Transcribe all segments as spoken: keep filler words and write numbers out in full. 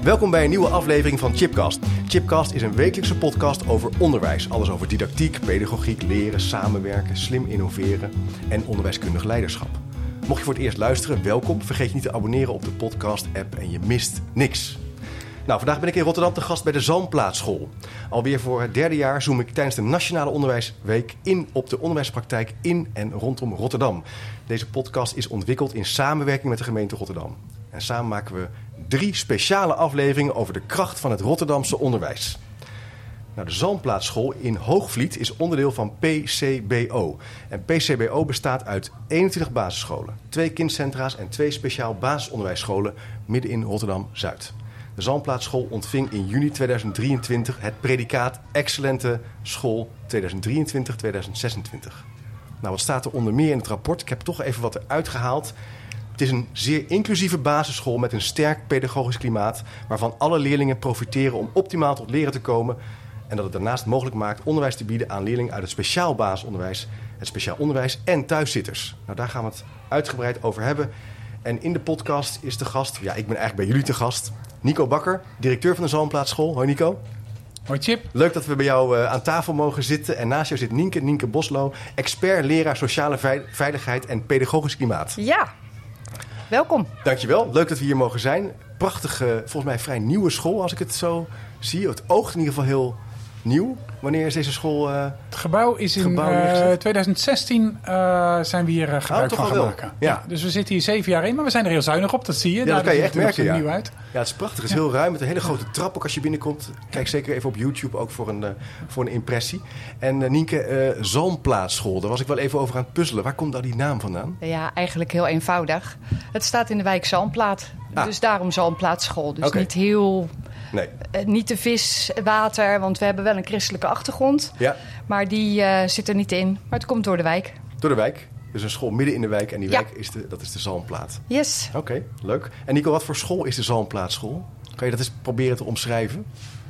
Welkom bij een nieuwe aflevering van Chipcast. Chipcast is een wekelijkse podcast over onderwijs. Alles over didactiek, pedagogiek, leren, samenwerken, slim innoveren en onderwijskundig leiderschap. Mocht je voor het eerst luisteren, welkom. Vergeet niet te abonneren op de podcast-app en je mist niks. Nou, vandaag ben ik in Rotterdam te gast bij de Zalmplaatschool. Alweer voor het derde jaar zoom ik tijdens de Nationale Onderwijsweek in op de onderwijspraktijk in en rondom Rotterdam. Deze podcast is ontwikkeld in samenwerking met de gemeente Rotterdam. En samen maken we drie speciale afleveringen over de kracht van het Rotterdamse onderwijs. Nou, de Zalmplaatschool in Hoogvliet is onderdeel van P C B O. En P C B O bestaat uit eenentwintig basisscholen, twee kindcentra's en twee speciaal basisonderwijsscholen midden in Rotterdam-Zuid. De Zalmplaatschool ontving in juni tweeduizend drieëntwintig het predicaat Excellente School tweeduizend drieëntwintig tweeduizend zesentwintig. Nou, wat staat er onder meer in het rapport? Ik heb toch even wat eruit gehaald. Het is een zeer inclusieve basisschool met een sterk pedagogisch klimaat, waarvan alle leerlingen profiteren om optimaal tot leren te komen en dat het daarnaast mogelijk maakt onderwijs te bieden aan leerlingen uit het speciaal basisonderwijs, het speciaal onderwijs en thuiszitters. Nou, daar gaan we het uitgebreid over hebben. En in de podcast is de gast, ja, ik ben eigenlijk bij jullie te gast, Nico Bakker, directeur van de Zalmplaatschool. Hoi Nico. Hoi Chip. Leuk dat we bij jou uh, aan tafel mogen zitten. En naast jou zit Nienke, Nienke Boslo, expert leraar sociale veiligheid en pedagogisch klimaat. Ja, welkom. Dankjewel, leuk dat we hier mogen zijn. Prachtige, volgens mij vrij nieuwe school als ik het zo zie. Het oogt in ieder geval heel nieuw. Wanneer is deze school? Uh, het gebouw is in gebouw uh, tweeduizend zestien uh, zijn we hier uh, gebruik oh, van gaan wel. maken. Ja. Ja, dus we zitten hier zeven jaar in, maar we zijn er heel zuinig op, dat zie je. Ja, nou, dat kan je ziet echt merken, ja. Nieuw uit. Ja, het is prachtig. Het is ja. heel ruim met een hele grote trap ook als je binnenkomt. Kijk zeker even op YouTube ook voor een, uh, voor een impressie. En uh, Nienke, uh, Zalmplaatschool, daar was ik wel even over aan het puzzelen. Waar komt nou die naam vandaan? Ja, eigenlijk heel eenvoudig. Het staat in de wijk Zalmplaat. Ah. Dus daarom Zalmplaatschool. Dus okay. niet heel... Nee. Uh, niet de vis, water, want we hebben wel een christelijke achtergrond. Ja. Maar die uh, zit er niet in. Maar het komt door de wijk. Door de wijk? Dus een school midden in de wijk. En die ja. wijk, is de, dat is de Zalmplaat. Yes. Oké, okay, leuk. En Nico, wat voor school is de Zalmplaatschool? Kan je dat eens proberen te omschrijven?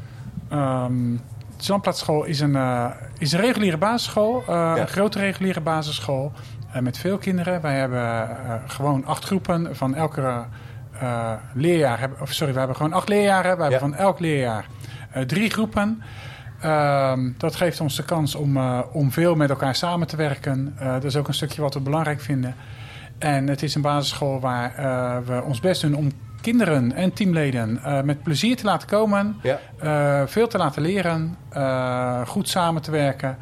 Um, de Zalmplaatschool is een, uh, is een reguliere basisschool. Uh, ja. Een grote reguliere basisschool. Uh, met veel kinderen. Wij hebben uh, gewoon acht groepen van elke... Uh, leerjaar hebben, of sorry, we hebben gewoon acht leerjaren. We hebben ja. van elk leerjaar uh, drie groepen. Uh, dat geeft ons de kans om, uh, om veel met elkaar samen te werken. Uh, dat is ook een stukje wat we belangrijk vinden. En het is een basisschool waar uh, we ons best doen om kinderen en teamleden uh, met plezier te laten komen. Ja. Uh, veel te laten leren. Uh, goed samen te werken.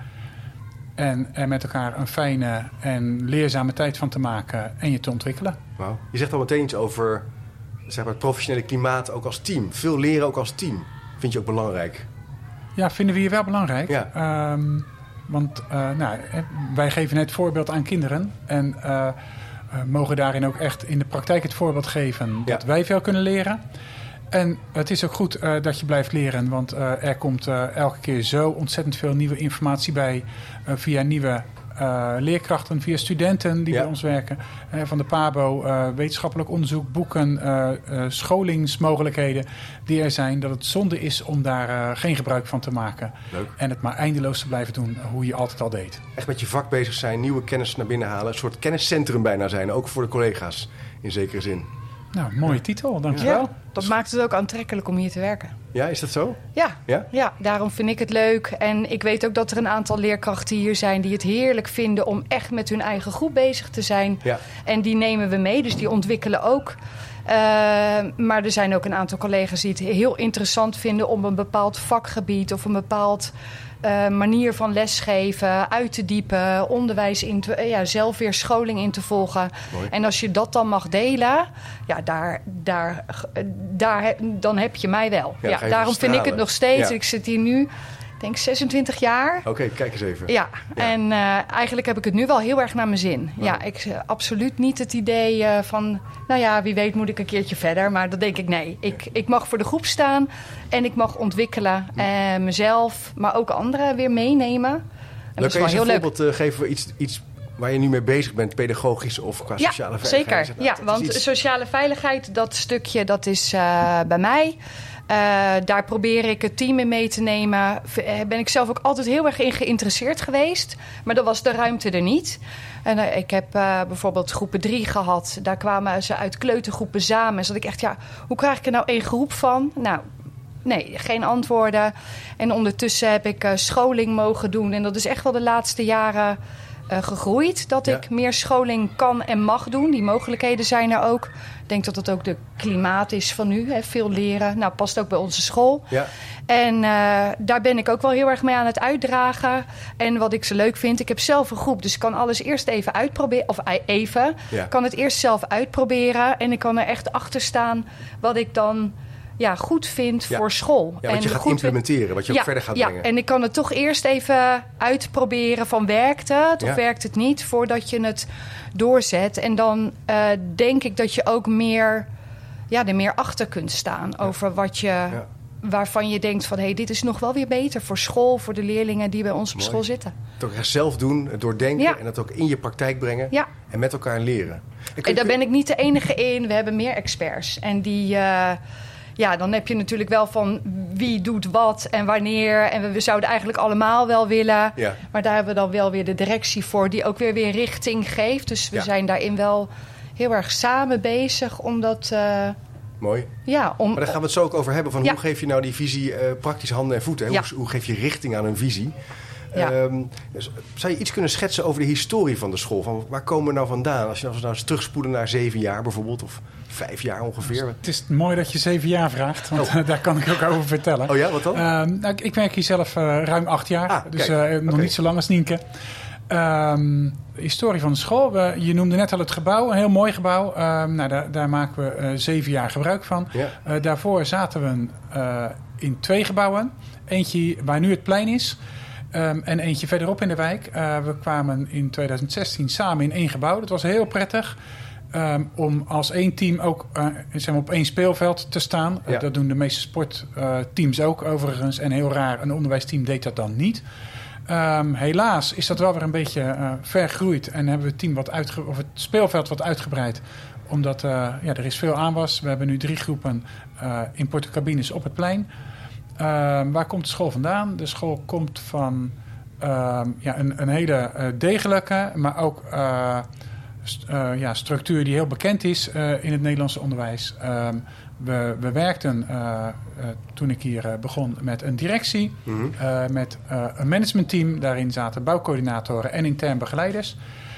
En er met elkaar een fijne en leerzame tijd van te maken en je te ontwikkelen. Wow. Je zegt al meteen iets over zeg maar, het professionele klimaat ook als team. Veel leren ook als team. Vind je ook belangrijk? Ja, vinden we hier wel belangrijk. Ja. Um, want uh, nou, wij geven net voorbeeld aan kinderen. En uh, uh, mogen daarin ook echt in de praktijk het voorbeeld geven dat ja. wij veel kunnen leren. En het is ook goed uh, dat je blijft leren, want uh, er komt uh, elke keer zo ontzettend veel nieuwe informatie bij uh, via nieuwe uh, leerkrachten, via studenten die ja. bij ons werken. Uh, van de P A B O, uh, wetenschappelijk onderzoek, boeken, uh, uh, scholingsmogelijkheden die er zijn. Dat het zonde is om daar uh, geen gebruik van te maken. Leuk. En het maar eindeloos te blijven doen uh, hoe je altijd al deed. Echt met je vak bezig zijn, nieuwe kennis naar binnen halen. Een soort kenniscentrum bijna zijn, ook voor de collega's in zekere zin. Nou, mooie ja. titel, dankjewel. Ja, dat maakt het ook aantrekkelijk om hier te werken. Ja, is dat zo? Ja, ja? ja, daarom vind ik het leuk. En ik weet ook dat er een aantal leerkrachten hier zijn die het heerlijk vinden om echt met hun eigen groep bezig te zijn. Ja. En die nemen we mee, dus die ontwikkelen ook. Uh, maar er zijn ook een aantal collega's die het heel interessant vinden om een bepaald vakgebied of een bepaald uh, manier van lesgeven uit te diepen, onderwijs in te, uh, ja, zelf weer scholing in te volgen. Mooi. En als je dat dan mag delen, ja, daar, daar, daar, dan heb je mij wel. Ja, ja, daarom vind ik het nog steeds. Ja. Ik zit hier nu, ik denk zesentwintig jaar. Oké, okay, kijk eens even. Ja, ja. en uh, eigenlijk heb ik het nu wel heel erg naar mijn zin. Wow. Ja, ik uh, absoluut niet het idee uh, van, nou ja, wie weet moet ik een keertje verder. Maar dan denk ik, nee, ik, ik mag voor de groep staan en ik mag ontwikkelen. Uh, mezelf, maar ook anderen weer meenemen. En dan dat kun je is eens wel een heel voorbeeld uh, geven voor iets, iets waar je nu mee bezig bent, pedagogisch of qua ja, sociale veiligheid? Zeker. Ja, want iets... sociale veiligheid, dat stukje, dat is uh, bij mij. Uh, daar probeer ik het team in mee te nemen. Ben ik zelf ook altijd heel erg in geïnteresseerd geweest. Maar dan was de ruimte er niet. En uh, ik heb uh, bijvoorbeeld groepen drie gehad. Daar kwamen ze uit kleutergroepen samen. Zat ik echt, ja, hoe krijg ik er nou één groep van? Nou, nee, geen antwoorden. En ondertussen heb ik uh, scholing mogen doen. En dat is echt wel de laatste jaren uh, gegroeid. Dat ja. ik meer scholing kan en mag doen. Die mogelijkheden zijn er ook. Ik denk dat dat ook de klimaat is van nu. Hè? Veel leren. Nou, past ook bij onze school. Ja. En uh, daar ben ik ook wel heel erg mee aan het uitdragen. En wat ik zo leuk vind, ik heb zelf een groep. Dus ik kan alles eerst even uitproberen. Of even. Ja. Ik kan het eerst zelf uitproberen. En ik kan er echt achter staan wat ik dan... Ja, goed vindt ja. voor school. Ja, wat en je gaat implementeren, wat je ja, ook verder gaat ja. brengen. En ik kan het toch eerst even uitproberen van werkt het of ja. werkt het niet... voordat je het doorzet. En dan uh, denk ik dat je ook meer, ja, er meer achter kunt staan... Ja. over wat je, ja. waarvan je denkt van... hé, hey, dit is nog wel weer beter voor school, voor de leerlingen die bij ons op Mooi. School zitten. Het ook zelf doen, doordenken ja. en dat ook in je praktijk brengen... Ja. en met elkaar leren. En, en daar ben ik niet de enige in. We hebben meer experts en die... Uh, Ja, dan heb je natuurlijk wel van wie doet wat en wanneer. En we, we zouden eigenlijk allemaal wel willen. Ja. Maar daar hebben we dan wel weer de directie voor... die ook weer weer richting geeft. Dus we ja. zijn daarin wel heel erg samen bezig om dat... Uh, Mooi. Ja, om, maar daar gaan we het zo ook over hebben. Van ja. Hoe geef je nou die visie uh, praktisch handen en voeten? Hè? Ja. Hoe, hoe geef je richting aan een visie? Ja. Um, dus, zou je iets kunnen schetsen over de historie van de school? Van waar komen we nou vandaan? Als je nou eens terugspoelen naar zeven jaar bijvoorbeeld... of vijf jaar ongeveer. Het is mooi dat je zeven jaar vraagt, want oh. daar kan ik ook over vertellen. Oh ja, wat dan? Uh, nou, ik werk hier zelf uh, ruim acht jaar, ah, dus uh, nog okay. niet zo lang als Nienke. Um, de historie van de school. We, je noemde net al het gebouw, een heel mooi gebouw. Um, nou, daar, daar maken we uh, zeven jaar gebruik van. Ja. Uh, daarvoor zaten we uh, in twee gebouwen. Eentje waar nu het plein is. Um, en eentje verderop in de wijk. Uh, we kwamen in twintig zestien samen in één gebouw. Dat was heel prettig. Um, om als één team ook uh, zeg maar op één speelveld te staan. Ja. Uh, dat doen de meeste sportteams uh, ook overigens. En heel raar, een onderwijsteam deed dat dan niet. Um, helaas is dat wel weer een beetje uh, vergroeid. En hebben we het, team wat uitge- of het speelveld wat uitgebreid. Omdat uh, ja, er is veel aanwas. We hebben nu drie groepen uh, in portocabines op het plein. Uh, waar komt de school vandaan? De school komt van uh, ja, een, een hele uh, degelijke, maar ook... Uh, Uh, ja, structuur die heel bekend is uh, in het Nederlandse onderwijs. Uh, we, we werkten uh, uh, toen ik hier uh, begon met een directie, mm-hmm. uh, met uh, een managementteam. Daarin zaten bouwcoördinatoren en intern begeleiders.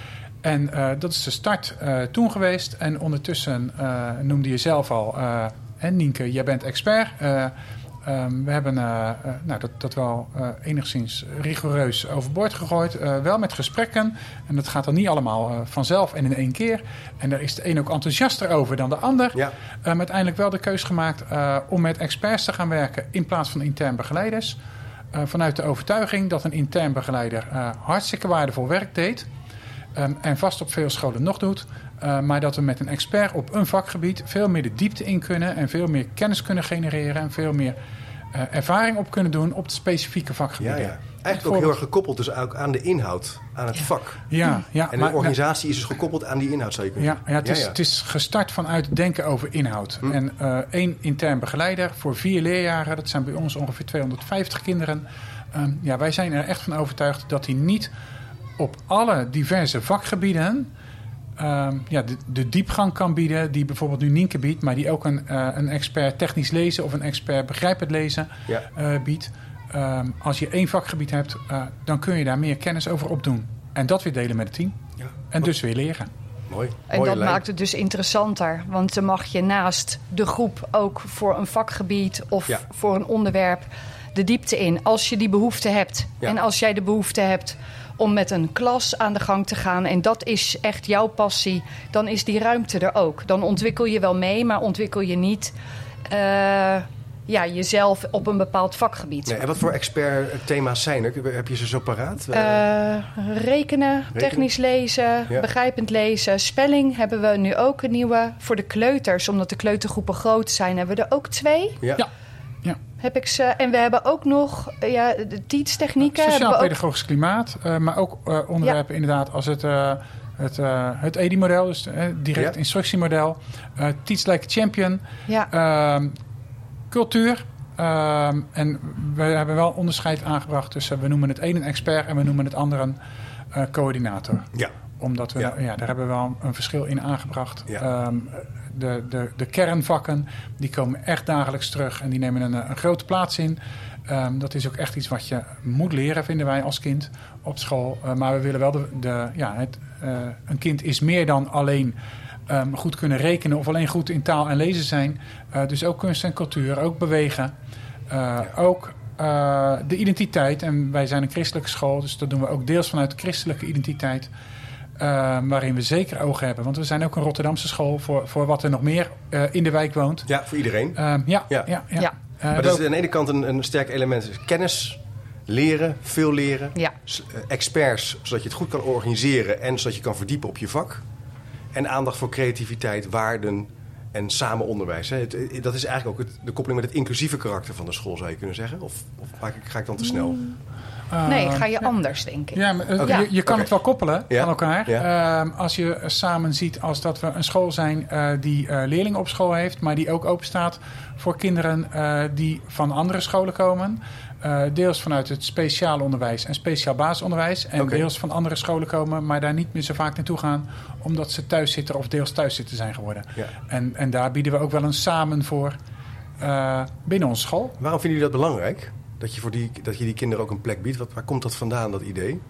En uh, dat is de start uh, toen geweest. En ondertussen uh, noemde je zelf al, uh, hè, Nienke, jij bent expert. Uh, Um, we hebben uh, uh, nou, dat, dat wel uh, enigszins rigoureus overboord gegooid. Uh, wel met gesprekken. En dat gaat dan niet allemaal uh, vanzelf en in één keer. En daar is de een ook enthousiaster over dan de ander. Ja. Um, uiteindelijk wel de keus gemaakt uh, om met experts te gaan werken in plaats van intern begeleiders. Uh, vanuit de overtuiging dat een intern begeleider uh, hartstikke waardevol werk deed. Um, en vast op veel scholen nog doet. Uh, maar dat we met een expert op een vakgebied veel meer de diepte in kunnen en veel meer kennis kunnen genereren en veel meer uh, ervaring op kunnen doen op de specifieke vakgebieden. Ja, ja. Eigenlijk ook heel erg gekoppeld dus ook aan de inhoud, aan het vak. Ja, ja, en de maar, organisatie is dus gekoppeld aan die inhoud, zou je kunnen ja, ja, het, is, ja, ja. het is gestart vanuit denken over inhoud. Hm. En uh, één intern begeleider voor vier leerjaren, dat zijn bij ons ongeveer tweehonderdvijftig kinderen. Um, ja, wij zijn er echt van overtuigd dat hij niet op alle diverse vakgebieden Um, ja, de, de diepgang kan bieden die bijvoorbeeld nu Nienke biedt, maar die ook een, uh, een expert technisch lezen of een expert begrijpend lezen ja. uh, biedt. Um, als je één vakgebied hebt, uh, dan kun je daar meer kennis over opdoen. En dat weer delen met het team. Ja. En dus weer leren. Mooi. En Mooie dat lijn. maakt het dus interessanter. Want dan mag je naast de groep ook voor een vakgebied of ja. voor een onderwerp de diepte in. Als je die behoefte hebt. Ja. En als jij de behoefte hebt om met een klas aan de gang te gaan en dat is echt jouw passie, dan is die ruimte er ook. Dan ontwikkel je wel mee, maar ontwikkel je niet uh, ja, jezelf op een bepaald vakgebied. Nee, en wat voor expert-thema's zijn er? Heb je ze zo paraat? Uh, rekenen, rekenen, technisch lezen, ja. begrijpend lezen. Spelling hebben we nu ook een nieuwe. Voor de kleuters, omdat de kleutergroepen groot zijn, hebben we er ook twee. Ja. ja. Ja. Heb ik ze, en we hebben ook nog ja, de teach-technieken. Sociaal-pedagogisch klimaat, uh, maar ook uh, onderwerpen ja. inderdaad als het, uh, het, uh, het E D I-model, dus het uh, direct ja. instructiemodel. Uh, teach like a champion. Ja. Uh, cultuur. Uh, en we hebben wel onderscheid aangebracht tussen, we noemen het een een expert en we noemen het andere een uh, coördinator. Ja. Omdat we, ja. ja, daar hebben we wel een verschil in aangebracht. Ja. Um, de, de, de kernvakken, die komen echt dagelijks terug en die nemen een, een grote plaats in. Um, dat is ook echt iets wat je moet leren, vinden wij als kind op school. Uh, maar we willen wel, de, de, ja, het, uh, een kind is meer dan alleen um, goed kunnen rekenen of alleen goed in taal en lezen zijn. Uh, dus ook kunst en cultuur, ook bewegen, uh, ja. ook uh, de identiteit. En wij zijn een christelijke school, dus dat doen we ook deels vanuit de christelijke identiteit. Uh, waarin we zeker ogen hebben. Want we zijn ook een Rotterdamse school voor, voor wat er nog meer uh, in de wijk woont. Ja, voor iedereen. Uh, ja, ja. ja, ja. ja. Uh, maar dat is aan de ene kant een, een sterk element. Kennis, leren, veel leren. Ja. Experts, zodat je het goed kan organiseren en zodat je kan verdiepen op je vak. En aandacht voor creativiteit, waarden en samen onderwijs. Hè. Het, dat is eigenlijk ook het, de koppeling met het inclusieve karakter van de school, zou je kunnen zeggen. Of, of maak ik, ga ik dan te snel? Mm. Nee, ga je anders, denk ik. Ja, maar, uh, okay. je, je kan okay. het wel koppelen ja. aan elkaar. Ja. Uh, als je samen ziet als dat we een school zijn uh, die uh, leerlingen op school heeft, maar die ook open staat voor kinderen uh, die van andere scholen komen. Uh, deels vanuit het speciaal onderwijs en speciaal basisonderwijs. En okay. deels van andere scholen komen, maar daar niet meer zo vaak naartoe gaan, omdat ze thuis zitten of deels thuis zitten zijn geworden. Ja. En, en daar bieden we ook wel een samen voor uh, binnen onze school. Waarom vinden jullie dat belangrijk? Dat je, voor die, dat je die kinderen ook een plek biedt. Wat, waar komt dat vandaan, dat idee?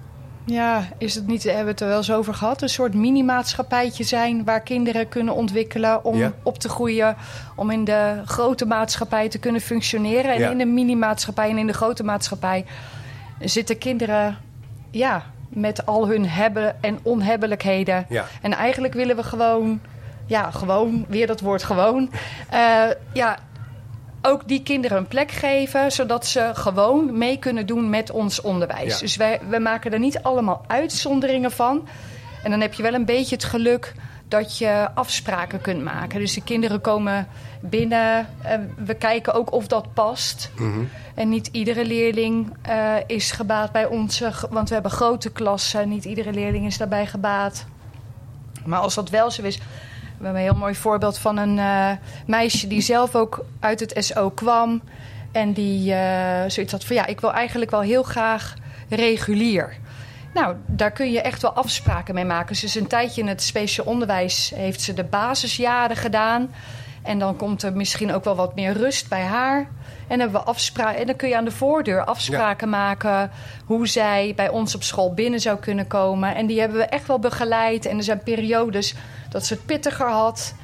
Ja, is het niet, hebben we het er wel eens over gehad. Een soort mini-maatschappijtje zijn waar kinderen kunnen ontwikkelen om ja. op te groeien. Om in de grote maatschappij te kunnen functioneren. En ja. in de mini-maatschappij en in de grote maatschappij zitten kinderen ja, met al hun hebben en onhebbelijkheden. Ja. En eigenlijk willen we gewoon, ja, gewoon, weer dat woord gewoon, uh, ja... ook die kinderen een plek geven, zodat ze gewoon mee kunnen doen met ons onderwijs. Ja. Dus wij, wij maken er niet allemaal uitzonderingen van. En dan heb je wel een beetje het geluk dat je afspraken kunt maken. Dus de kinderen komen binnen. En we kijken ook of dat past. Mm-hmm. En niet iedere leerling uh, is gebaat bij onze... want we hebben grote klassen. Niet iedere leerling is daarbij gebaat. Maar als dat wel zo is... We hebben een heel mooi voorbeeld van een uh, meisje die zelf ook uit het S O kwam. En die uh, zoiets had van ja, ik wil eigenlijk wel heel graag regulier. Nou, daar kun je echt wel afspraken mee maken. Ze is een tijdje in het speciaal onderwijs, heeft ze de basisjaren gedaan. En dan komt er misschien ook wel wat meer rust bij haar. En, hebben we afspraken, en dan kun je aan de voordeur afspraken ja. maken hoe zij bij ons op school binnen zou kunnen komen. En die hebben we echt wel begeleid. En er zijn periodes dat ze het pittiger had.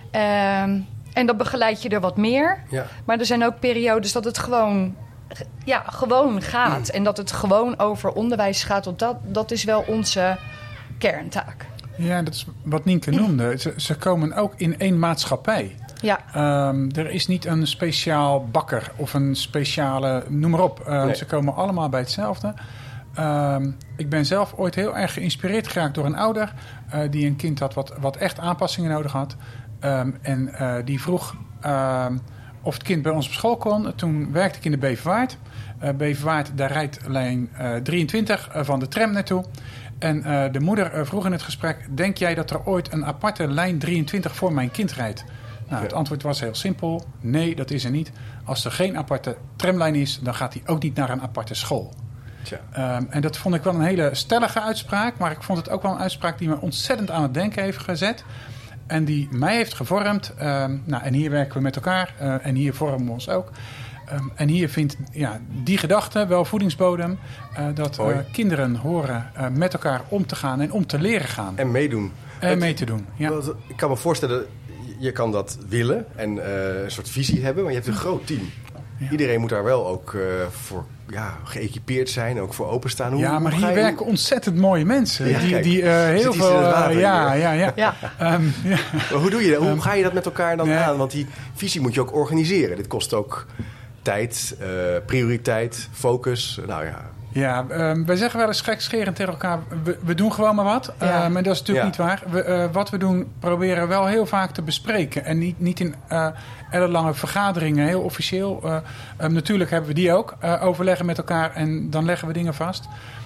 Um, en dan begeleid je er wat meer. Ja. Maar er zijn ook periodes dat het gewoon, ja, gewoon gaat. Mm. En dat het gewoon over onderwijs gaat. Want dat, dat is wel onze kerntaak. Ja, dat is wat Nienke noemde. Ze, ze komen ook in één maatschappij. Ja. Um, er is niet een speciaal bakker of een speciale, noem maar op. Uh, nee. Ze komen allemaal bij hetzelfde. Um, ik ben zelf ooit heel erg geïnspireerd geraakt door een ouder... Uh, die een kind had wat, wat echt aanpassingen nodig had. Um, en uh, die vroeg um, of het kind bij ons op school kon. Toen werkte ik in de Beverwaard. Uh, Beverwaard, daar rijdt lijn uh, drieëntwintig uh, van de tram naartoe. En uh, de moeder uh, vroeg in het gesprek... denk jij dat er ooit een aparte lijn drieëntwintig voor mijn kind rijdt? Nou, het antwoord was heel simpel. Nee, dat is er niet. Als er geen aparte tramlijn is, dan gaat hij ook niet naar een aparte school. Um, en dat vond ik wel een hele stellige uitspraak. Maar ik vond het ook wel een uitspraak die me ontzettend aan het denken heeft gezet. En die mij heeft gevormd. Um, nou, en hier werken we met elkaar. Uh, en hier vormen we ons ook. Um, en hier vindt ja, die gedachte wel voedingsbodem. Uh, dat uh, kinderen horen uh, met elkaar om te gaan en om te leren gaan. En meedoen. En het, mee te doen, ja. Ik kan me voorstellen... Je kan dat willen en uh, een soort visie hebben, maar je hebt een groot team. Ja. Iedereen moet daar wel ook uh, voor ja, geëquipeerd zijn, ook voor openstaan. Hoe, ja, maar hoe hier je... werken ontzettend mooie mensen. Ja, die kijk, die uh, heel veel. Uh, ja, ja, ja, ja. Um, ja. Maar hoe doe je dat? Hoe um, ga je dat met elkaar dan nee. aan? Want die visie moet je ook organiseren. Dit kost ook tijd, uh, prioriteit, focus. Nou ja, Ja, um, wij zeggen wel eens gekscherend tegen elkaar, we, we doen gewoon maar wat. Ja. Uh, maar dat is natuurlijk ja. niet waar. We, uh, wat we doen, proberen wel heel vaak te bespreken. En niet, niet in uh, ellenlange vergaderingen, heel officieel. Uh, um, natuurlijk hebben we die ook, uh, overleggen met elkaar en dan leggen we dingen vast.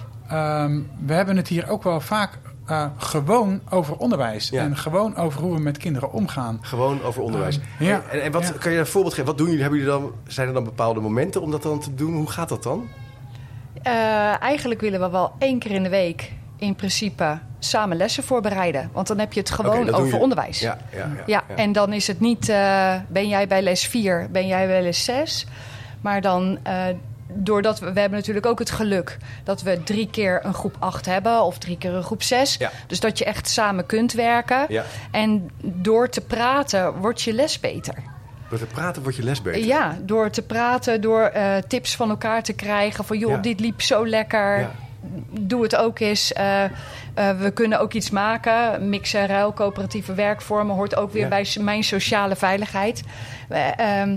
Um, we hebben het hier ook wel vaak uh, gewoon over onderwijs. Ja. En gewoon over hoe we met kinderen omgaan. Gewoon over onderwijs. Um, ja. En, en wat, ja. kan je een voorbeeld geven? Wat doen jullie? Hebben jullie dan, zijn er dan bepaalde momenten om dat dan te doen? Hoe gaat dat dan? Uh, eigenlijk willen we wel één keer in de week in principe samen lessen voorbereiden. Want dan heb je het gewoon okay, over onderwijs. Ja, ja, ja, ja, ja, en dan is het niet, uh, ben jij bij les vier, ben jij bij les zes. Maar dan, uh, doordat we, we hebben natuurlijk ook het geluk dat we drie keer een groep acht hebben of drie keer een groep zes. Ja. Dus dat je echt samen kunt werken. Ja. En door te praten wordt je les beter. Door te praten wordt je les beter? Ja, door te praten, door uh, tips van elkaar te krijgen. Van joh, ja. dit liep zo lekker. Ja. Doe het ook eens. Uh, uh, we kunnen ook iets maken. Mix en ruil, coöperatieve werkvormen hoort ook weer ja. bij mijn sociale veiligheid. Uh, um,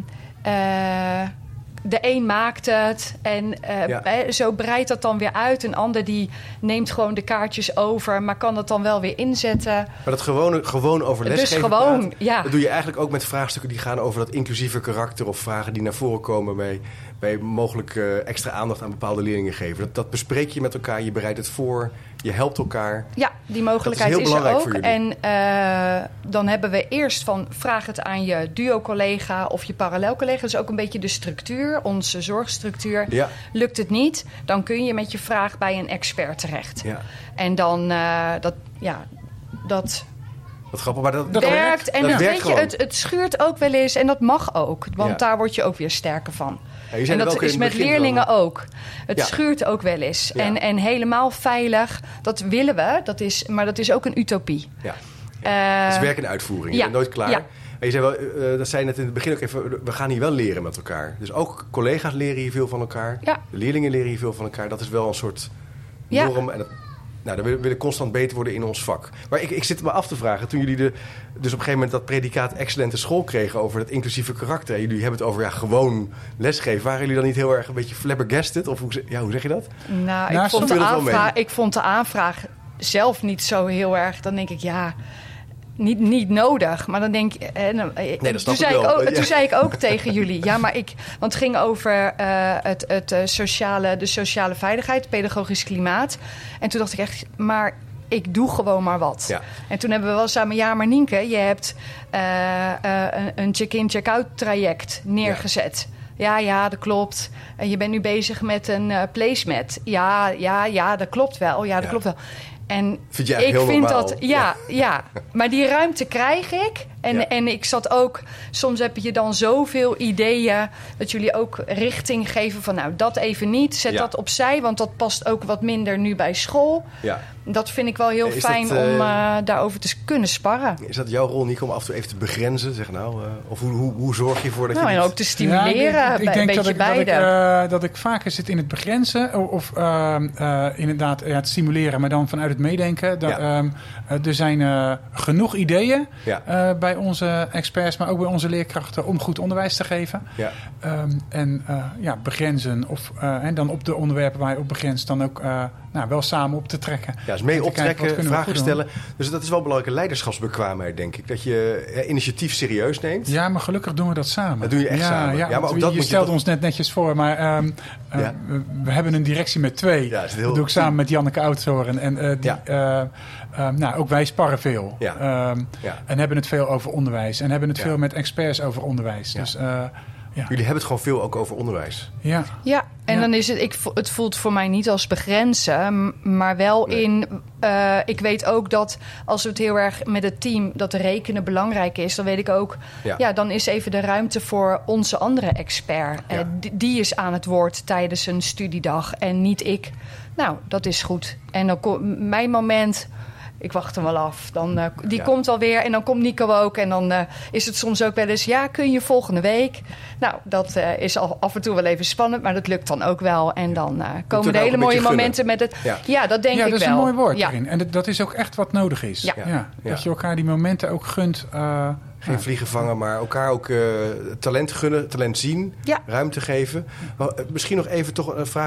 uh, de een maakt het en uh, ja. zo breidt dat dan weer uit. Een ander die neemt gewoon de kaartjes over, maar kan dat dan wel weer inzetten. Maar dat gewoon, gewoon over lesgeven dus gewoon, praten, ja. dat doe je eigenlijk ook met vraagstukken die gaan over dat inclusieve karakter of vragen die naar voren komen bij, bij mogelijk uh, extra aandacht aan bepaalde leerlingen geven. Dat, dat bespreek je met elkaar, je bereidt het voor, je helpt elkaar. Ja, die mogelijkheid dat is, heel is er ook. Voor en uh, dan hebben we eerst van vraag het aan je duo-collega of je parallel-collega. Dus ook een beetje de structuur, onze zorgstructuur. Ja. Lukt het niet, dan kun je met je vraag bij een expert terecht. Ja. En dan, uh, dat, ja, dat... Wat grappig, maar dat, dat werkt. werkt. En dat het, werkt weet je, het, het schuurt ook wel eens en dat mag ook. Want ja. daar word je ook weer sterker van. Ja, en dat is met leerlingen van... ook. Het ja. schuurt ook wel eens. Ja. En, en helemaal veilig, dat willen we. Dat is, maar dat is ook een utopie. Ja. Ja. Uh, het is werk en uitvoering. Je ja. bent nooit klaar. Ja. En je zei wel, uh, dat zei je net in het begin ook even, we gaan hier wel leren met elkaar. Dus ook collega's leren hier veel van elkaar. Ja. De leerlingen leren hier veel van elkaar. Dat is wel een soort norm. Ja. En dat, nou, dan willen we constant beter worden in ons vak. Maar ik, ik zit me af te vragen, toen jullie de, dus op een gegeven moment dat predicaat excellente school kregen over dat inclusieve karakter. En jullie hebben het over ja, gewoon lesgeven. Waren jullie dan niet heel erg een beetje flabbergasted? Of hoe, ja, hoe zeg je dat? Nou, ik, vond de aanvraag, ik vond de aanvraag zelf niet zo heel erg. Dan denk ik, ja... Niet, niet nodig, maar dan denk ik... Eh, nou, nee, dat snap toen, zei ik wel. ik ook, ja. toen zei ik ook tegen jullie... Ja, maar ik... Want het ging over uh, het, het, uh, sociale, de sociale veiligheid, pedagogisch klimaat. En toen dacht ik echt... Maar ik doe gewoon maar wat. Ja. En toen hebben we wel samen... Ja, maar Nienke, je hebt uh, uh, een, een check-in, check-out traject neergezet. Ja. Ja, ja, dat klopt. En je bent nu bezig met een uh, placemat. Ja, ja, ja, dat klopt wel. Ja, dat ja. klopt wel. En vind ik heel vind normaal. dat, ja, ja, ja, maar die ruimte krijg ik. En, ja. en ik zat ook, soms heb je dan zoveel ideeën dat jullie ook richting geven van nou, dat even niet. Zet ja. dat opzij, want dat past ook wat minder nu bij school. Ja. Dat vind ik wel heel is fijn dat, uh, om uh, daarover te kunnen sparren. Is dat jouw rol, Nico, om af en toe even te begrenzen? Zeg nou, uh, of hoe, hoe, hoe zorg je ervoor dat nou, je... En niet... ook te stimuleren, ja, ik, ik, ik denk een beetje dat ik, beide. Dat ik, uh, dat ik vaker zit in het begrenzen. Of uh, uh, inderdaad ja, het stimuleren, maar dan vanuit het meedenken. Dat, ja. um, uh, er zijn uh, genoeg ideeën ja. uh, bij onze experts, maar ook bij onze leerkrachten om goed onderwijs te geven. Ja. Um, en uh, ja, begrenzen. Of uh, en dan op de onderwerpen waar je op begrenst, dan ook uh, nou, wel samen op te trekken. Ja, dus mee optrekken, kijken, vragen stellen. Dus dat is wel belangrijke leiderschapsbekwaamheid, denk ik. Dat je uh, initiatief serieus neemt. Ja, maar gelukkig doen we dat samen. Dat doe je echt ja, samen. Ja, ja, maar ook je, dat je moet stelt je toch... ons net netjes voor, maar um, uh, ja. we, we hebben een directie met twee. Ja, dat, heel... dat doe ik samen met Janneke Oudzoren. En uh, die, ja. uh, um, nou, ook wij sparren veel. Ja. Um, ja. En hebben het veel over onderwijs. En hebben het ja. veel met experts over onderwijs. Ja. Dus... Uh, Ja. Jullie hebben het gewoon veel ook over onderwijs. Ja, ja en ja. dan is het... Ik, het voelt voor mij niet als begrenzen, maar wel nee. in... Uh, ik weet ook dat als we het heel erg met het team... dat rekenen belangrijk is, dan weet ik ook... Ja, ja dan is even de ruimte voor onze andere expert. Ja. Uh, die, die is aan het woord tijdens een studiedag en niet ik. Nou, dat is goed. En dan komt mijn moment... Ik wacht hem wel af. Dan, uh, die ja. komt alweer en dan komt Nico ook. En dan uh, is het soms ook wel eens... ja, kun je volgende week? Nou, dat uh, is al af en toe wel even spannend... maar dat lukt dan ook wel. En dan uh, komen de hele mooie momenten met het... Ja, ja dat denk ja, ik wel. Ja, dat is een mooi woord ja. erin. En dat, dat is ook echt wat nodig is. Ja. Ja. Ja. Dat je elkaar die momenten ook gunt... Uh, Geen ja. vliegen vangen, maar elkaar ook uh, talent gunnen, talent zien, ja. ruimte geven. Maar, uh, misschien nog even toch een vraag...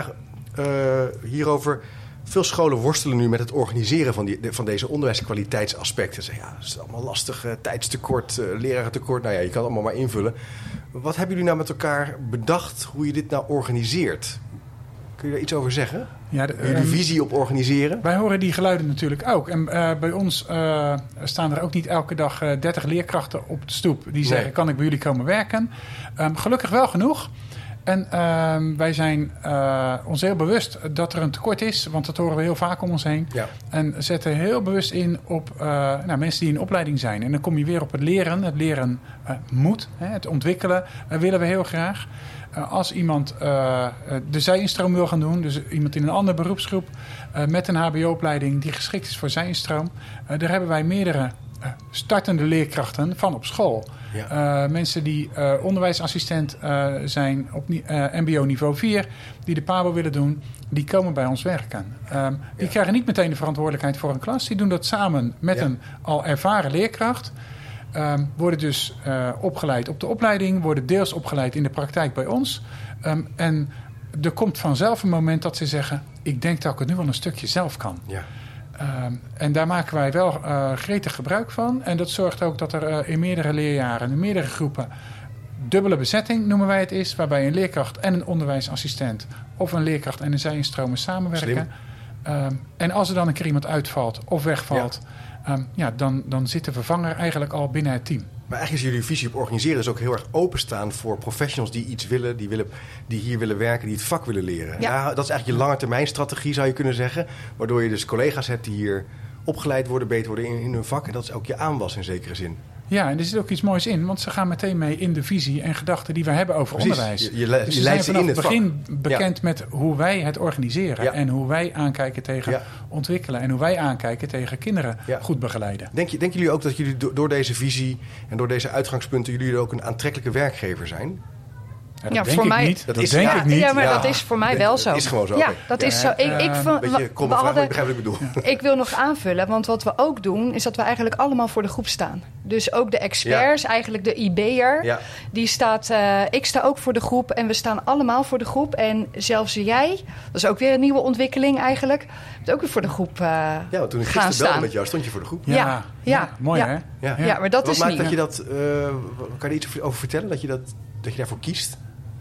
uh, hierover. Veel scholen worstelen nu met het organiseren van, die, van deze onderwijskwaliteitsaspecten. Ze zeggen, ja, het is allemaal lastig, uh, tijdstekort, uh, lerarentekort. Nou ja, je kan het allemaal maar invullen. Wat hebben jullie nou met elkaar bedacht hoe je dit nou organiseert? Kun je daar iets over zeggen? Ja, de, jullie um, visie op organiseren? Wij horen die geluiden natuurlijk ook. En uh, bij ons uh, staan er ook niet elke dag uh, dertig leerkrachten op de stoep die zeggen, nee. Kan ik bij jullie komen werken? Um, gelukkig wel genoeg. En uh, wij zijn uh, ons heel bewust dat er een tekort is, want dat horen we heel vaak om ons heen. Ja. En zetten heel bewust in op uh, nou, mensen die in opleiding zijn. En dan kom je weer op het leren. Het leren uh, moet, hè, het ontwikkelen uh, willen we heel graag. Uh, als iemand uh, de zijinstroom wil gaan doen, dus iemand in een andere beroepsgroep uh, met een H B O-opleiding die geschikt is voor zijinstroom, uh, daar hebben wij meerdere uh, startende leerkrachten van op school. Ja. Uh, mensen die uh, onderwijsassistent uh, zijn op uh, M B O niveau vier, die de P A B O willen doen, die komen bij ons werken. Um, die ja. krijgen niet meteen de verantwoordelijkheid voor een klas. Die doen dat samen met ja. een al ervaren leerkracht. Um, worden dus uh, opgeleid op de opleiding, worden deels opgeleid in de praktijk bij ons. Um, en er komt vanzelf een moment dat ze zeggen, ik denk dat ik het nu wel een stukje zelf kan. Ja. Um, en daar maken wij wel uh, gretig gebruik van. En dat zorgt ook dat er uh, in meerdere leerjaren, in meerdere groepen, dubbele bezetting noemen wij het is, waarbij een leerkracht en een onderwijsassistent of een leerkracht en een zijinstromer samenwerken. Um, en als er dan een keer iemand uitvalt of wegvalt, ja. Um, ja, dan, dan zit de vervanger eigenlijk al binnen het team. Maar eigenlijk is jullie visie op organiseren dus ook heel erg openstaan voor professionals die iets willen, die, willen, die hier willen werken, die het vak willen leren. Ja. Ja, dat is eigenlijk je lange termijn strategie, zou je kunnen zeggen. Waardoor je dus collega's hebt die hier opgeleid worden, beter worden in, in hun vak. En dat is ook je aanwas in zekere zin. Ja, en er zit ook iets moois in, want ze gaan meteen mee in de visie en gedachten die we hebben over Precies. onderwijs. Je, je, le- dus je leidt ze ze in het begin vak. bekend ja. met hoe wij het organiseren ja. en hoe wij aankijken tegen ja. ontwikkelen en hoe wij aankijken tegen kinderen ja. goed begeleiden. Denk je, denken jullie ook dat jullie do- door deze visie en door deze uitgangspunten jullie ook een aantrekkelijke werkgever zijn? Ja, dat ja, denk voor ik mij, niet. Dat, dat is, denk ja, ik niet. Ja, maar ja. dat is voor mij wel zo. Dat is gewoon zo. Ja, okay. dat ja. is zo. Ik, ik vond, Beetje kromme vraag, maar ik begrijp wat ik bedoel. Ik wil nog aanvullen, want wat we ook doen, is dat we eigenlijk allemaal voor de groep staan. Dus ook de experts, ja. eigenlijk de I B'er, ja. die staat, uh, ik sta ook voor de groep en we staan allemaal voor de groep. En zelfs jij, dat is ook weer een nieuwe ontwikkeling eigenlijk, moet ook weer voor de groep uh, ja, want toen ik gisteren belde met jou, stond je voor de groep. Ja, ja. ja. ja. mooi ja. hè? Ja. Ja. ja, maar dat wat is maakt niet. Dat je dat, uh, kan je er iets over vertellen, dat je, dat, dat je daarvoor kiest?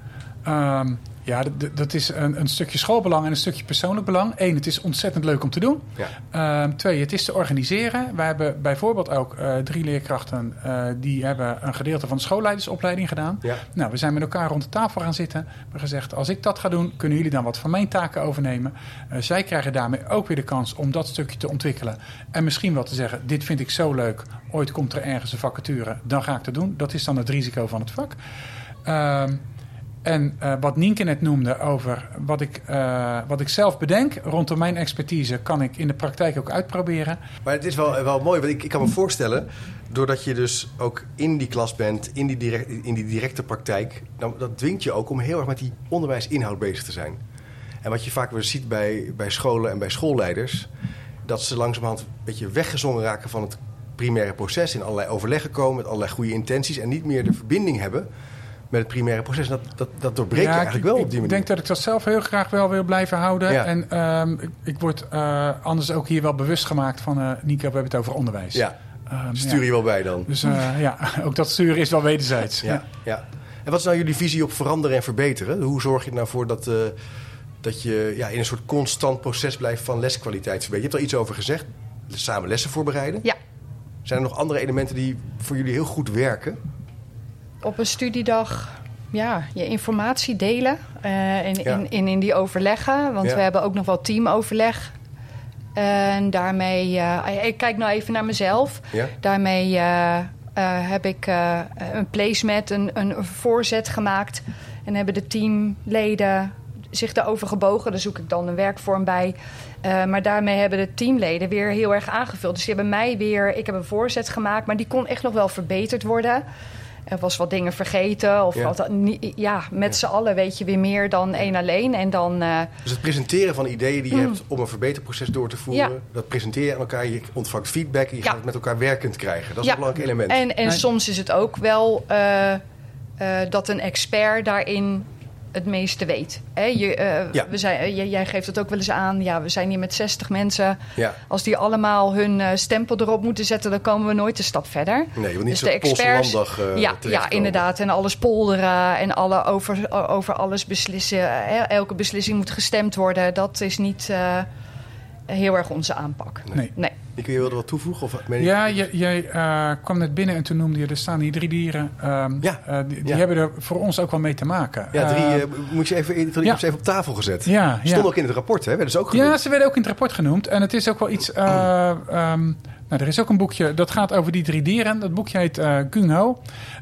Um, ja, d- dat is een, een stukje schoolbelang en een stukje persoonlijk belang. Eén, het is ontzettend leuk om te doen. Ja. Um, twee, het is te organiseren. We hebben bijvoorbeeld ook uh, drie leerkrachten uh, die hebben een gedeelte van de schoolleidersopleiding gedaan. Ja. Nou, we zijn met elkaar rond de tafel gaan zitten. We hebben gezegd, als ik dat ga doen, kunnen jullie dan wat van mijn taken overnemen. Uh, zij krijgen daarmee ook weer de kans om dat stukje te ontwikkelen. En misschien wel te zeggen, dit vind ik zo leuk. Ooit komt er ergens een vacature, dan ga ik dat doen. Dat is dan het risico van het vak. Um, En uh, wat Nienke net noemde over wat ik, uh, wat ik zelf bedenk rondom mijn expertise, kan ik in de praktijk ook uitproberen. Maar het is wel, wel mooi, want ik, ik kan me voorstellen, doordat je dus ook in die klas bent, in die, direct, in die directe praktijk, dan, dat dwingt je ook om heel erg met die onderwijsinhoud bezig te zijn. En wat je vaak weer ziet bij, bij scholen en bij schoolleiders, dat ze langzamerhand een beetje weggezongen raken van het primaire proces, in allerlei overleggen komen met allerlei goede intenties en niet meer de verbinding hebben met het primaire proces. Dat, dat, dat doorbreek ja, je eigenlijk ik, wel op die manier. Ik denk dat ik dat zelf heel graag wel wil blijven houden. Ja. En um, ik, ik word uh, anders ook hier wel bewust gemaakt van, uh, Nico, we hebben het over onderwijs. Ja, um, stuur je ja. wel bij dan. Dus uh, ja, ook dat sturen is wel wederzijds. Ja, ja. Ja. En wat is nou jullie visie op veranderen en verbeteren? Hoe zorg je er nou voor dat, uh, dat je ja, in een soort constant proces blijft van leskwaliteit verbeteren? Je hebt er iets over gezegd, samen lessen voorbereiden. Ja. Zijn er nog andere elementen die voor jullie heel goed werken? Op een studiedag, ja, je informatie delen uh, in, ja. in, in, in die overleggen. Want ja. we hebben ook nog wel teamoverleg. En daarmee, uh, ik kijk nou even naar mezelf. Ja. Daarmee uh, uh, heb ik uh, een placemat, een, een voorzet gemaakt. En hebben de teamleden zich daarover gebogen. Daar zoek ik dan een werkvorm bij. Uh, maar daarmee hebben de teamleden weer heel erg aangevuld. Dus die hebben mij weer, ik heb een voorzet gemaakt, maar die kon echt nog wel verbeterd worden. Er was wat dingen vergeten. Of ja, wat, ja met ja. z'n allen weet je weer meer dan één alleen. En dan, uh... Dus het presenteren van ideeën die je mm. hebt om een verbeterproces door te voeren. Ja. Dat presenteer je aan elkaar. Je ontvangt feedback. En je ja. gaat het met elkaar werkend krijgen. Dat is ja. een belangrijk element. En, en nee. soms is het ook wel uh, uh, dat een expert daarin het meeste weet. Hè? Je, uh, ja. we zijn, uh, jij geeft het ook wel eens aan. Ja, we zijn hier met zestig mensen. Ja. Als die allemaal hun uh, stempel erop moeten zetten, dan komen we nooit een stap verder. Nee, want niet dus zo'n de experts, landdag uh, ja, ja, inderdaad. En alles polderen en alle over, over alles beslissen. Hè? Elke beslissing moet gestemd worden. Dat is niet uh, heel erg onze aanpak. Nee. nee. Ik wil je wat toevoegen? Of, ja, jij, jij uh, kwam net binnen en toen noemde je, er staan hier drie dieren. Um, ja. Uh, die die ja. hebben er voor ons ook wel mee te maken. Ja, drie, uh, uh, moet je even, ik ja. heb ze even op tafel gezet. Ja, Stond ja. ook in het rapport, hè? Werden ze ook genoemd? Ja, ze werden ook in het rapport genoemd. En het is ook wel iets... Uh, um, nou, er is ook een boekje dat gaat over die drie dieren. Dat boekje heet uh, Gung Ho.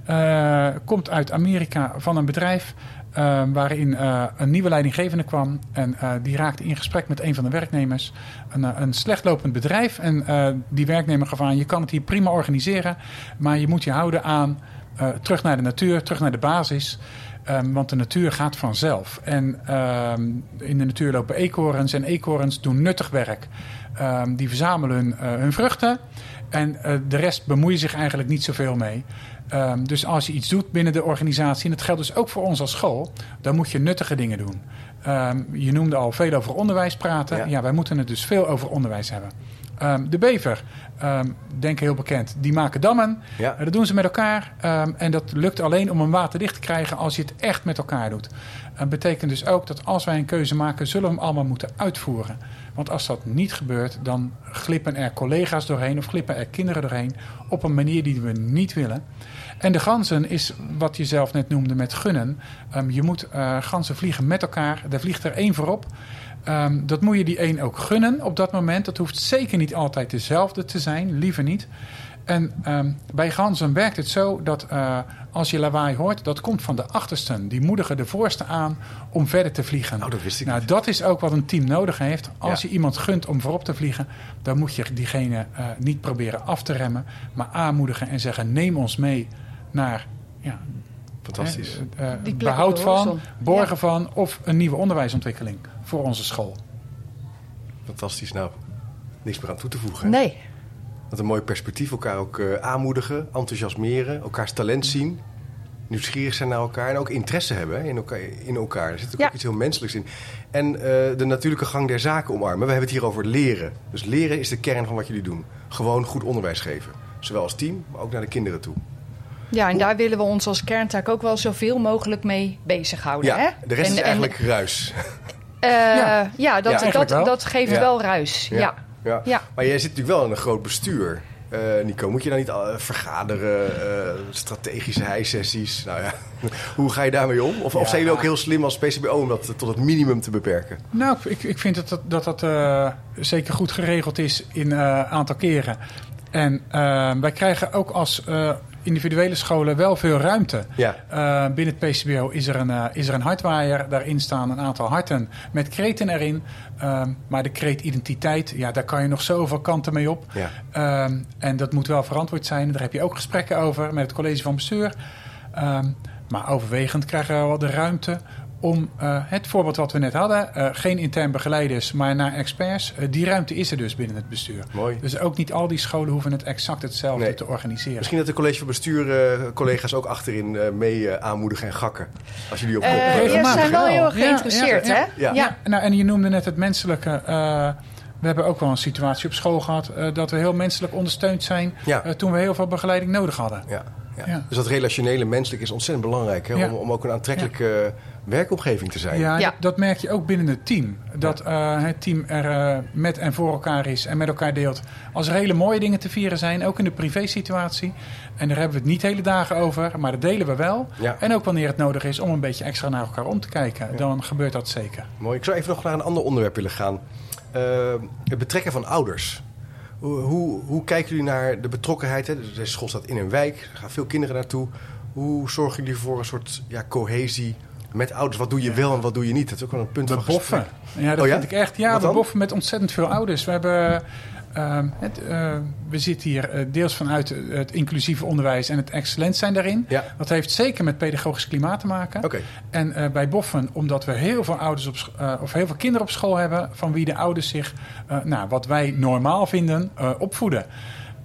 Uh, komt uit Amerika van een bedrijf... Uh, waarin uh, een nieuwe leidinggevende kwam. En uh, die raakte in gesprek met een van de werknemers. Een, uh, een slecht lopend bedrijf. En uh, die werknemer gaf aan, je kan het hier prima organiseren. Maar je moet je houden aan uh, terug naar de natuur, terug naar de basis. Um, want de natuur gaat vanzelf. En uh, in de natuur lopen eekhoorns. En eekhoorns doen nuttig werk. Um, die verzamelen hun, uh, hun vruchten. En uh, de rest bemoeien zich eigenlijk niet zoveel mee. Um, dus als je iets doet binnen de organisatie... en dat geldt dus ook voor ons als school... dan moet je nuttige dingen doen. Um, je noemde al veel over onderwijs praten. Ja. ja, wij moeten het dus veel over onderwijs hebben. Um, de bever, um, denk heel bekend, die maken dammen. Ja. Uh, dat doen ze met elkaar. Um, en dat lukt alleen om een water dicht te krijgen... als je het echt met elkaar doet. Dat uh, betekent dus ook dat als wij een keuze maken... zullen we hem allemaal moeten uitvoeren. Want als dat niet gebeurt, dan glippen er collega's doorheen... of glippen er kinderen doorheen op een manier die we niet willen... En de ganzen is wat je zelf net noemde met gunnen. Um, je moet uh, ganzen vliegen met elkaar. Daar vliegt er één voorop. Um, dat moet je die één ook gunnen op dat moment. Dat hoeft zeker niet altijd dezelfde te zijn. Liever niet. En um, bij ganzen werkt het zo dat uh, als je lawaai hoort... dat komt van de achtersten. Die moedigen de voorste aan om verder te vliegen. Oh, dat wist ik nou, niet. Dat is ook wat een team nodig heeft. Als ja. je iemand gunt om voorop te vliegen... dan moet je diegene uh, niet proberen af te remmen... maar aanmoedigen en zeggen neem ons mee... naar ja, Fantastisch. Uh, uh, behoud van, borgen ja. van of een nieuwe onderwijsontwikkeling voor onze school. Fantastisch. Nou, niks meer aan toe te voegen. Nee. Wat een mooi perspectief. Elkaar ook uh, aanmoedigen, enthousiasmeren, elkaars talent zien. Nieuwsgierig zijn naar elkaar en ook interesse hebben hè, in, elkaar, in elkaar. Er zit ook, ja. ook iets heel menselijks in. En uh, de natuurlijke gang der zaken omarmen. We hebben het hier over leren. Dus leren is de kern van wat jullie doen. Gewoon goed onderwijs geven. Zowel als team, maar ook naar de kinderen toe. Ja, en daar willen we ons als kerntaak ook wel zoveel mogelijk mee bezighouden. Ja, hè? de rest en, is eigenlijk en, ruis. Uh, ja. ja, dat, ja, dat, wel. dat geeft ja. wel ruis. Ja. Ja. Ja. Ja. Maar jij zit natuurlijk wel in een groot bestuur. Uh, Nico, moet je dan niet uh, vergaderen, uh, strategische hijsessies? Nou ja, hoe ga je daarmee om? Of, ja. of zijn jullie ook heel slim als P C B O om dat tot het minimum te beperken? Nou, ik, ik vind dat dat, dat, dat uh, zeker goed geregeld is in een uh, aantal keren. En uh, wij krijgen ook als uh, individuele scholen wel veel ruimte. Ja. Uh, binnen het P C B O is er, een, uh, is er een hartwaaier. Daarin staan een aantal harten met kreten erin. Uh, maar de kreet identiteit, ja, daar kan je nog zoveel kanten mee op. Ja. Uh, en dat moet wel verantwoord zijn. Daar heb je ook gesprekken over met het college van bestuur. Uh, maar overwegend krijgen we wel de ruimte... om uh, het voorbeeld wat we net hadden, uh, geen intern begeleiders, maar naar experts. Uh, die ruimte is er dus binnen het bestuur. Mooi. Dus ook niet al die scholen hoeven het exact hetzelfde nee. te organiseren. Misschien dat de college van bestuur uh, collega's ook achterin uh, mee uh, aanmoedigen en gakken. Als jullie op kop... Uh, uh, ja, ze zijn wel heel erg geïnteresseerd, ja, ja, hè? Ja. Ja. Ja. Nou, en je noemde net het menselijke... Uh, we hebben ook wel een situatie op school gehad... Uh, dat we heel menselijk ondersteund zijn... Ja. Uh, toen we heel veel begeleiding nodig hadden. Ja. Ja. Ja. Dus dat relationele menselijk is ontzettend belangrijk... Hè? Ja. Om, om ook een aantrekkelijke ja. werkomgeving te zijn. Ja, ja. Dat, dat merk je ook binnen het team. Dat ja. uh, het team er uh, met en voor elkaar is en met elkaar deelt. Als er hele mooie dingen te vieren zijn, ook in de privésituatie... en daar hebben we het niet hele dagen over, maar dat delen we wel. Ja. En ook wanneer het nodig is om een beetje extra naar elkaar om te kijken... Ja. dan gebeurt dat zeker. Mooi. Ik zou even nog naar een ander onderwerp willen gaan. Uh, het betrekken van ouders... Hoe, hoe, hoe kijken jullie naar de betrokkenheid? Hè? Deze school staat in een wijk, er gaan veel kinderen naartoe. Hoe zorgen jullie voor een soort ja, cohesie met ouders? Wat doe je wel en wat doe je niet? Dat is ook wel een punt we van boffen. gesprek. Ja, dat oh, ja? vind ik echt. Ja, wat we dan? boffen met ontzettend veel ouders. We hebben... Uh, het, uh, we zitten hier uh, deels vanuit het inclusieve onderwijs en het excellent zijn daarin. Ja. Dat heeft zeker met pedagogisch klimaat te maken. Okay. En uh, bij boffen, omdat we heel veel ouders op uh, of heel veel kinderen op school hebben, van wie de ouders zich, uh, nou, wat wij normaal vinden, uh, opvoeden.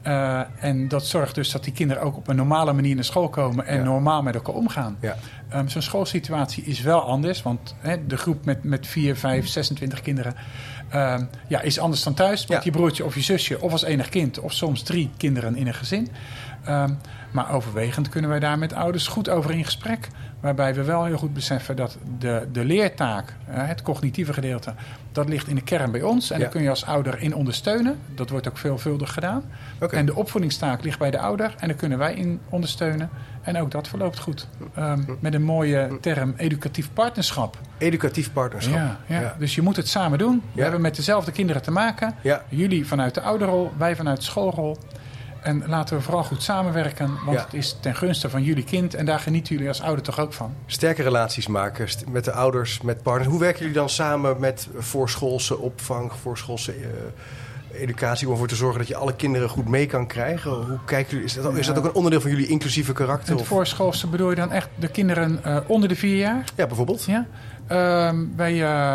Uh, en dat zorgt dus dat die kinderen ook op een normale manier naar school komen en ja. normaal met elkaar omgaan. Ja. Um, zo'n schoolsituatie is wel anders, want hè, de groep met, met vier, vijf, zesentwintig kinderen um, ja, is anders dan thuis. Met ja. je broertje of je zusje of als enig kind of soms drie kinderen in een gezin. Um, maar overwegend kunnen wij daar met ouders goed over in gesprek. Waarbij we wel heel goed beseffen dat de, de leertaak, uh, het cognitieve gedeelte, dat ligt in de kern bij ons. En ja. daar kun je als ouder in ondersteunen. Dat wordt ook veelvuldig gedaan. Okay. En de opvoedingstaak ligt bij de ouder en daar kunnen wij in ondersteunen. En ook dat verloopt goed. Um, met een mooie term, educatief partnerschap. Educatief partnerschap. Ja, ja. ja. Dus je moet het samen doen. Ja. We hebben met dezelfde kinderen te maken. Ja. Jullie vanuit de ouderrol, wij vanuit de schoolrol. En laten we vooral goed samenwerken, want ja. het is ten gunste van jullie kind. En daar genieten jullie als ouder toch ook van. Sterke relaties maken met de ouders, met partners. Hoe werken jullie dan samen met voorschoolse opvang, voorschoolse uh, educatie... om ervoor te zorgen dat je alle kinderen goed mee kan krijgen? Hoe kijken jullie, is, dat ook, is dat ook een onderdeel van jullie inclusieve karakter? Het voorschoolse bedoel je dan echt de kinderen uh, onder de vier jaar? Ja, bijvoorbeeld. Ja. Uh, wij, uh,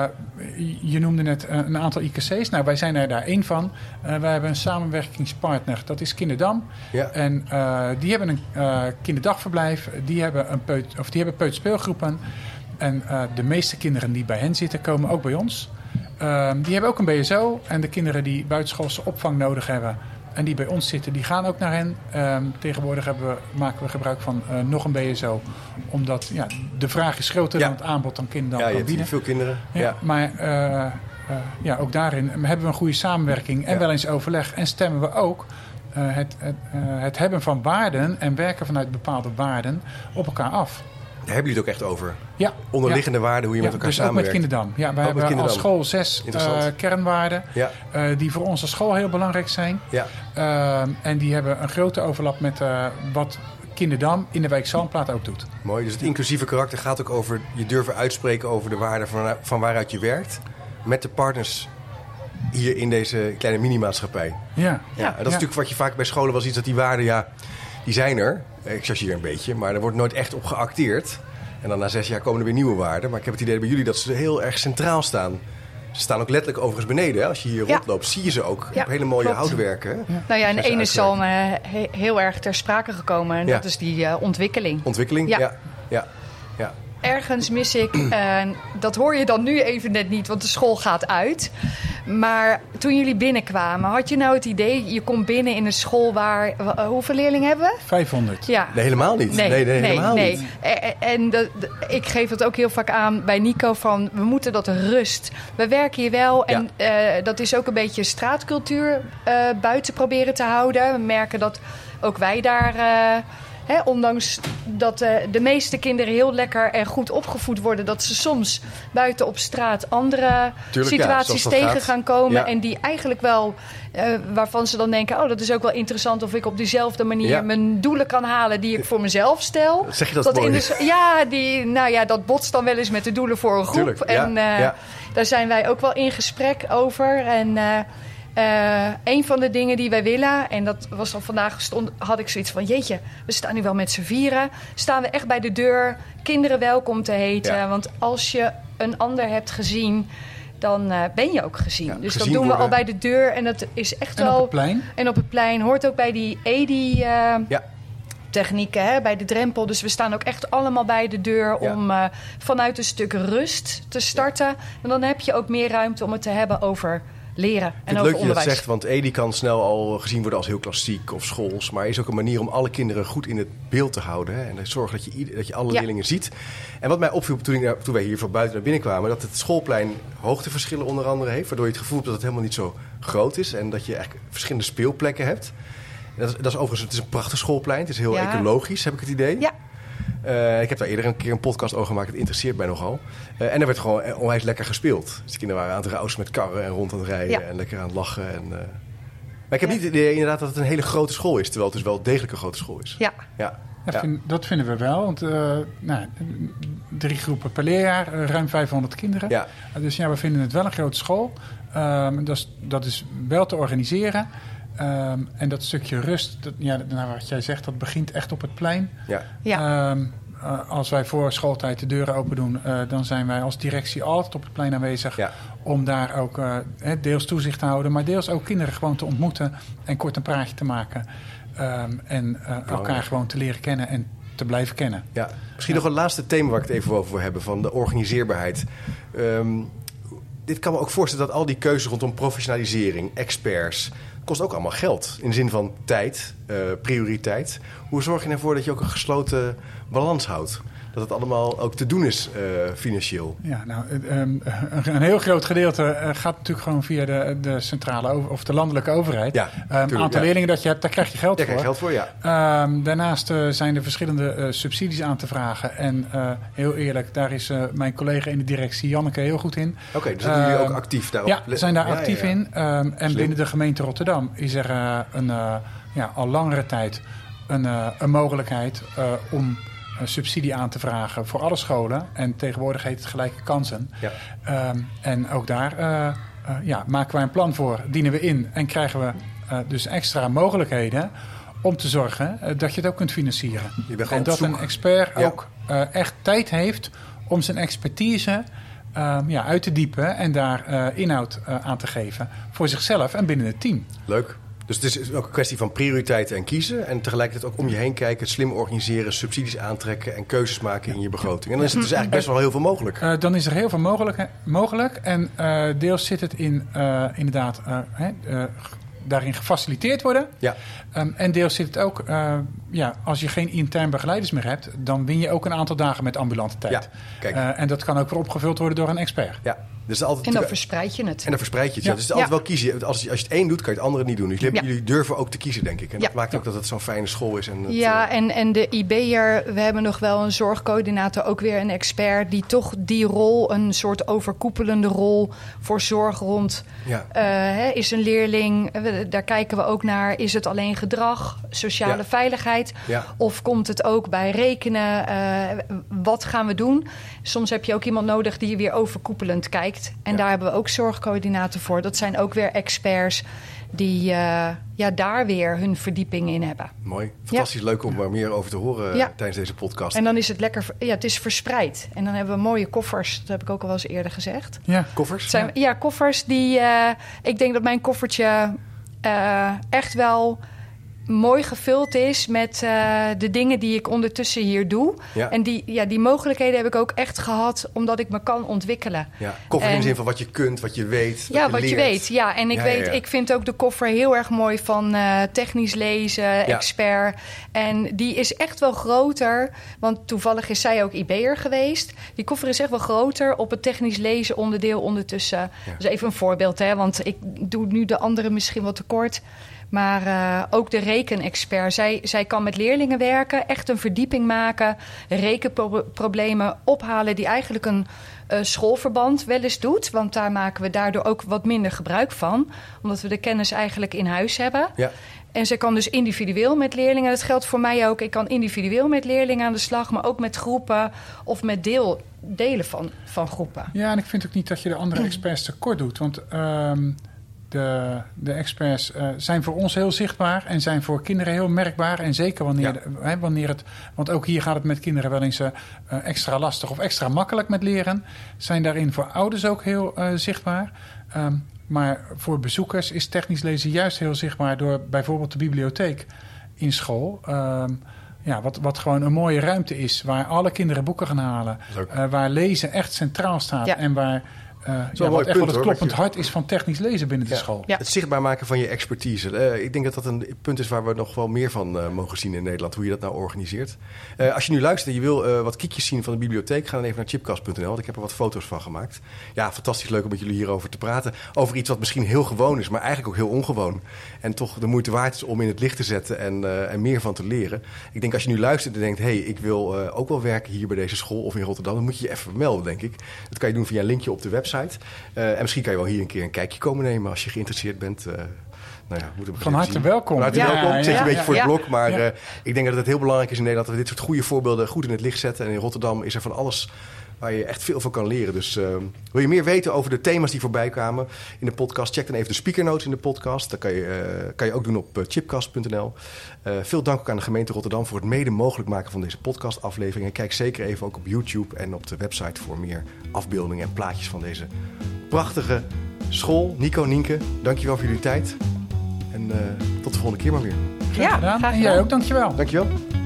je noemde net uh, een aantal I K C's. Nou, wij zijn er daar één van. Uh, wij hebben een samenwerkingspartner, dat is Kinderdam. Ja. En uh, die hebben een uh, kinderdagverblijf. Die hebben, een peut, of die hebben peuterspeelgroepen. En uh, de meeste kinderen die bij hen zitten, komen ook bij ons. Uh, die hebben ook een B S O. En de kinderen die buitenschoolse opvang nodig hebben en die bij ons zitten, die gaan ook naar hen. Um, tegenwoordig hebben we, maken we gebruik van uh, nog een B S O. Omdat ja, de vraag is groter ja. dan het aanbod dan kinderen ja, kan bieden. Ja, veel kinderen. Ja, ja. Maar uh, uh, ja, ook daarin hebben we een goede samenwerking en ja. wel eens overleg. En stemmen we ook uh, het, het, uh, het hebben van waarden en werken vanuit bepaalde waarden op elkaar af. Daar hebben jullie het ook echt over? Ja. Onderliggende ja. waarden, hoe je ja, met elkaar dus samenwerkt? Dus ook met Kinderdam. Ja, wij ook hebben als school zes uh, kernwaarden ja. uh, die voor onze school heel belangrijk zijn. Ja. Uh, en die hebben een grote overlap met uh, wat Kinderdam in de wijk Zalmplaat ook doet. Mooi, dus het inclusieve karakter gaat ook over je durven uitspreken over de waarden van, van waaruit je werkt. Met de partners hier in deze kleine minimaatschappij. Ja. ja. En dat is ja. natuurlijk wat je vaak bij scholen wel ziet, dat die waarden, ja, die zijn er. Ik chargeer een beetje, maar er wordt nooit echt op geacteerd. En dan na zes jaar komen er weer nieuwe waarden. Maar ik heb het idee bij jullie dat ze heel erg centraal staan. Ze staan ook letterlijk overigens beneden. Hè? Als je hier ja. rondloopt, zie je ze ook ja, op hele mooie klopt. houtwerken. Ja. Nou ja, en één is al he, heel erg ter sprake gekomen. En ja. dat is die uh, ontwikkeling. Ontwikkeling, ja. ja. ja. ja. Ergens mis ik, uh, dat hoor je dan nu even net niet, want de school gaat uit. Maar toen jullie binnenkwamen, had je nou het idee, je komt binnen in een school waar, uh, hoeveel leerlingen hebben we? vijfhonderd. Ja. Nee, helemaal niet. Nee, nee, nee, nee helemaal nee. niet. En, en de, de, ik geef het ook heel vaak aan bij Nico van, we moeten dat rust. We werken hier wel en ja. uh, dat is ook een beetje straatcultuur uh, buiten proberen te houden. We merken dat ook wij daar... Uh, He, ondanks dat uh, de meeste kinderen heel lekker en goed opgevoed worden, dat ze soms buiten op straat andere Tuurlijk, situaties ja, tegen gaat. gaan komen. Ja. En die eigenlijk wel, uh, waarvan ze dan denken, oh, dat is ook wel interessant of ik op diezelfde manier ja. mijn doelen kan halen die ik voor mezelf stel. Zeg je dat, dat mooi? In de, ja, die, nou ja, dat botst dan wel eens met de doelen voor een groep. Tuurlijk, ja, en uh, ja. daar zijn wij ook wel in gesprek over. En uh, Uh, een van de dingen die wij willen, en dat was al vandaag stond, had ik zoiets van, jeetje, we staan nu wel met z'n vieren. Staan we echt bij de deur kinderen welkom te heten. Ja. Want als je een ander hebt gezien, dan uh, ben je ook gezien. Ja, dus gezien dat doen worden. We al bij de deur. En dat is echt en wel. En op het plein. En op het plein hoort ook bij die E D I uh, ja. technieken, hè, bij de drempel. Dus we staan ook echt allemaal bij de deur ja. om uh, vanuit een stuk rust te starten. Ja. En dan heb je ook meer ruimte om het te hebben over leren en over leuk onderwijs. Dat je dat zegt, want E D I kan snel al gezien worden als heel klassiek of schools. Maar is ook een manier om alle kinderen goed in het beeld te houden. Hè? En zorgen dat je, dat je alle ja. leerlingen ziet. En wat mij opviel toen, ik, toen wij hier van buiten naar binnen kwamen, dat het schoolplein hoogteverschillen onder andere heeft. Waardoor je het gevoel hebt dat het helemaal niet zo groot is. En dat je eigenlijk verschillende speelplekken hebt. En dat, is, dat is overigens het is een prachtig schoolplein. Het is heel ja. ecologisch, heb ik het idee. Ja. Uh, ik heb daar eerder een keer een podcast over gemaakt. Het interesseert mij nogal. Uh, en er werd gewoon onwijs lekker gespeeld. Dus de kinderen waren aan het rousen met karren en rond aan het rijden. Ja. En lekker aan het lachen. En, uh... Maar ik heb ja. niet het idee inderdaad dat het een hele grote school is. Terwijl het dus wel degelijk een grote school is. Ja. ja. Dat, ja. vind, dat vinden we wel. Want uh, nou, drie groepen per leerjaar. Uh, ruim vijfhonderd kinderen. Ja. Uh, dus ja, we vinden het wel een grote school. Um, dat, is, dat is wel te organiseren. Um, en dat stukje rust, dat, ja, nou, wat jij zegt, dat begint echt op het plein. Ja. Ja. Um, uh, als wij voor schooltijd de deuren open doen, uh, dan zijn wij als directie altijd op het plein aanwezig. Ja. Om daar ook uh, deels toezicht te houden, maar deels ook kinderen gewoon te ontmoeten en kort een praatje te maken. Um, en uh, elkaar gewoon te leren kennen en te blijven kennen. Ja. Misschien ja. nog een laatste thema waar ik het even over wil hebben, van de organiseerbaarheid. Um, dit kan me ook voorstellen dat al die keuzes rondom professionalisering, experts, kost ook allemaal geld. In de zin van tijd, uh, prioriteit. Hoe zorg je ervoor dat je ook een gesloten balans houdt? Dat het allemaal ook te doen is uh, financieel. Ja, nou, um, een heel groot gedeelte uh, gaat natuurlijk gewoon via de, de centrale over, of de landelijke overheid. Ja, een um, aantal ja. leerlingen dat je hebt, daar krijg je geld daar voor. Daar krijg je geld voor, ja. Um, daarnaast uh, zijn er verschillende uh, subsidies aan te vragen. En uh, heel eerlijk, daar is uh, mijn collega in de directie, Janneke, heel goed in. Oké, okay, dus zijn uh, jullie ook actief daarop? Ja, we zijn daar ja, actief ja, ja. in. Um, en Slim. binnen de gemeente Rotterdam is er uh, een, uh, ja, al langere tijd een, uh, een mogelijkheid uh, om een subsidie aan te vragen voor alle scholen. En tegenwoordig heet het gelijke kansen. Ja. Um, en ook daar uh, uh, ja, maken wij een plan voor, dienen we in en krijgen we uh, dus extra mogelijkheden om te zorgen uh, dat je het ook kunt financieren. En dat een expert ja. ook uh, echt tijd heeft om zijn expertise um, ja, uit te diepen en daar uh, inhoud uh, aan te geven voor zichzelf en binnen het team. Leuk. Dus het is ook een kwestie van prioriteiten en kiezen. En tegelijkertijd ook om je heen kijken, slim organiseren, subsidies aantrekken en keuzes maken in je begroting. En dan is het dus eigenlijk best wel heel veel mogelijk. Uh, dan is er heel veel mogelijk. mogelijk. En uh, deels zit het in uh, inderdaad uh, hè, uh, daarin gefaciliteerd worden. Ja. Um, en deels zit het ook, uh, ja, als je geen intern begeleiders meer hebt, dan win je ook een aantal dagen met ambulante tijd. Ja, kijk. Uh, en dat kan ook weer opgevuld worden door een expert. Ja. Dus altijd en dan verspreid je het. En dan verspreid je het. Ja. Dus het is altijd ja. wel kiezen. Als je, als je het een doet, kan je het andere niet doen. Dus jullie, ja. jullie durven ook te kiezen, denk ik. En ja. dat maakt ook dat het zo'n fijne school is. En het, ja, en, en de I B'er, we hebben nog wel een zorgcoördinator, ook weer een expert, die toch die rol, een soort overkoepelende rol voor zorg rond. Ja. Uh, hè, is een leerling, daar kijken we ook naar, is het alleen gedrag, sociale ja. veiligheid? Ja. Of komt het ook bij rekenen? Uh, wat gaan we doen? Soms heb je ook iemand nodig die weer overkoepelend kijkt. En ja. daar hebben we ook zorgcoördinator voor. Dat zijn ook weer experts die uh, ja, daar weer hun verdieping in hebben. Mooi. Fantastisch ja. leuk om er meer over te horen ja. tijdens deze podcast. En dan is het lekker, ja, het is verspreid. En dan hebben we mooie koffers. Dat heb ik ook al wel eens eerder gezegd. Ja, koffers? Zijn, ja. ja, koffers die, uh, ik denk dat mijn koffertje uh, echt wel mooi gevuld is met uh, de dingen die ik ondertussen hier doe. Ja. En die, ja, die mogelijkheden heb ik ook echt gehad, omdat ik me kan ontwikkelen. Ja. Koffer en, in de zin van wat je kunt, wat je weet, ja, wat je wat leert. je weet. Ja, en ik, ja, weet, ja, ja. ik vind ook de koffer heel erg mooi van uh, technisch lezen, ja. expert. En die is echt wel groter, want toevallig is zij ook I B'er geweest. Die koffer is echt wel groter op het technisch lezen onderdeel ondertussen. Ja. Dus even een voorbeeld, hè, want ik doe nu de andere misschien wat tekort. Maar uh, ook de rekenexpert. Zij, zij kan met leerlingen werken, echt een verdieping maken, rekenproblemen ophalen die eigenlijk een uh, schoolverband wel eens doet. Want daar maken we daardoor ook wat minder gebruik van. Omdat we de kennis eigenlijk in huis hebben. Ja. En ze kan dus individueel met leerlingen. Dat geldt voor mij ook. Ik kan individueel met leerlingen aan de slag, maar ook met groepen of met deel, delen van, van groepen. Ja, en ik vind ook niet dat je de andere experts tekort doet. Want Um... De, de experts uh, zijn voor ons heel zichtbaar en zijn voor kinderen heel merkbaar. En zeker wanneer, ja. hè, wanneer het... Want ook hier gaat het met kinderen wel eens uh, extra lastig of extra makkelijk met leren. Zijn daarin voor ouders ook heel uh, zichtbaar. Um, maar voor bezoekers is technisch lezen juist heel zichtbaar door bijvoorbeeld de bibliotheek in school. Um, Ja, wat, wat gewoon een mooie ruimte is, waar alle kinderen boeken gaan halen. Uh, waar lezen echt centraal staat ja. en waar... Uh, ja, wat echt wel het kloppend je... hart is van technisch lezen binnen de ja. school. Ja. Het zichtbaar maken van je expertise. Uh, ik denk dat dat een punt is waar we nog wel meer van uh, mogen zien in Nederland. Hoe je dat nou organiseert. Uh, als je nu luistert en je wil uh, wat kiekjes zien van de bibliotheek, ga dan even naar chipcast punt n l. Want ik heb er wat foto's van gemaakt. Ja, fantastisch leuk om met jullie hierover te praten. Over iets wat misschien heel gewoon is, maar eigenlijk ook heel ongewoon. En toch de moeite waard is om in het licht te zetten en, uh, en meer van te leren. Ik denk als je nu luistert en denkt, hé, hey, ik wil uh, ook wel werken hier bij deze school of in Rotterdam, dan moet je je even melden, denk ik. Dat kan je doen via een linkje op de website. Uh, en misschien kan je wel hier een keer een kijkje komen nemen als je geïnteresseerd bent. Uh, nou ja, moeten we Van harte zien. welkom. Van harte ja, welkom. Ja, Zet je ja, een beetje ja, voor ja, het blok. Maar ja. uh, ik denk dat het heel belangrijk is in Nederland dat we dit soort goede voorbeelden goed in het licht zetten. En in Rotterdam is er van alles waar je echt veel van kan leren. Dus uh, wil je meer weten over de thema's die voorbij kwamen in de podcast? Check dan even de speaker notes in de podcast. Dat kan je, uh, kan je ook doen op uh, chipcast punt n l. Uh, veel dank ook aan de gemeente Rotterdam voor het mede mogelijk maken van deze podcastaflevering. En kijk zeker even ook op YouTube en op de website voor meer afbeeldingen en plaatjes van deze prachtige school. Nico, Nienke, dankjewel voor jullie tijd. En uh, tot de volgende keer maar weer. Graag gedaan. Ja, graag gedaan. En jij ook, dankjewel. Dankjewel.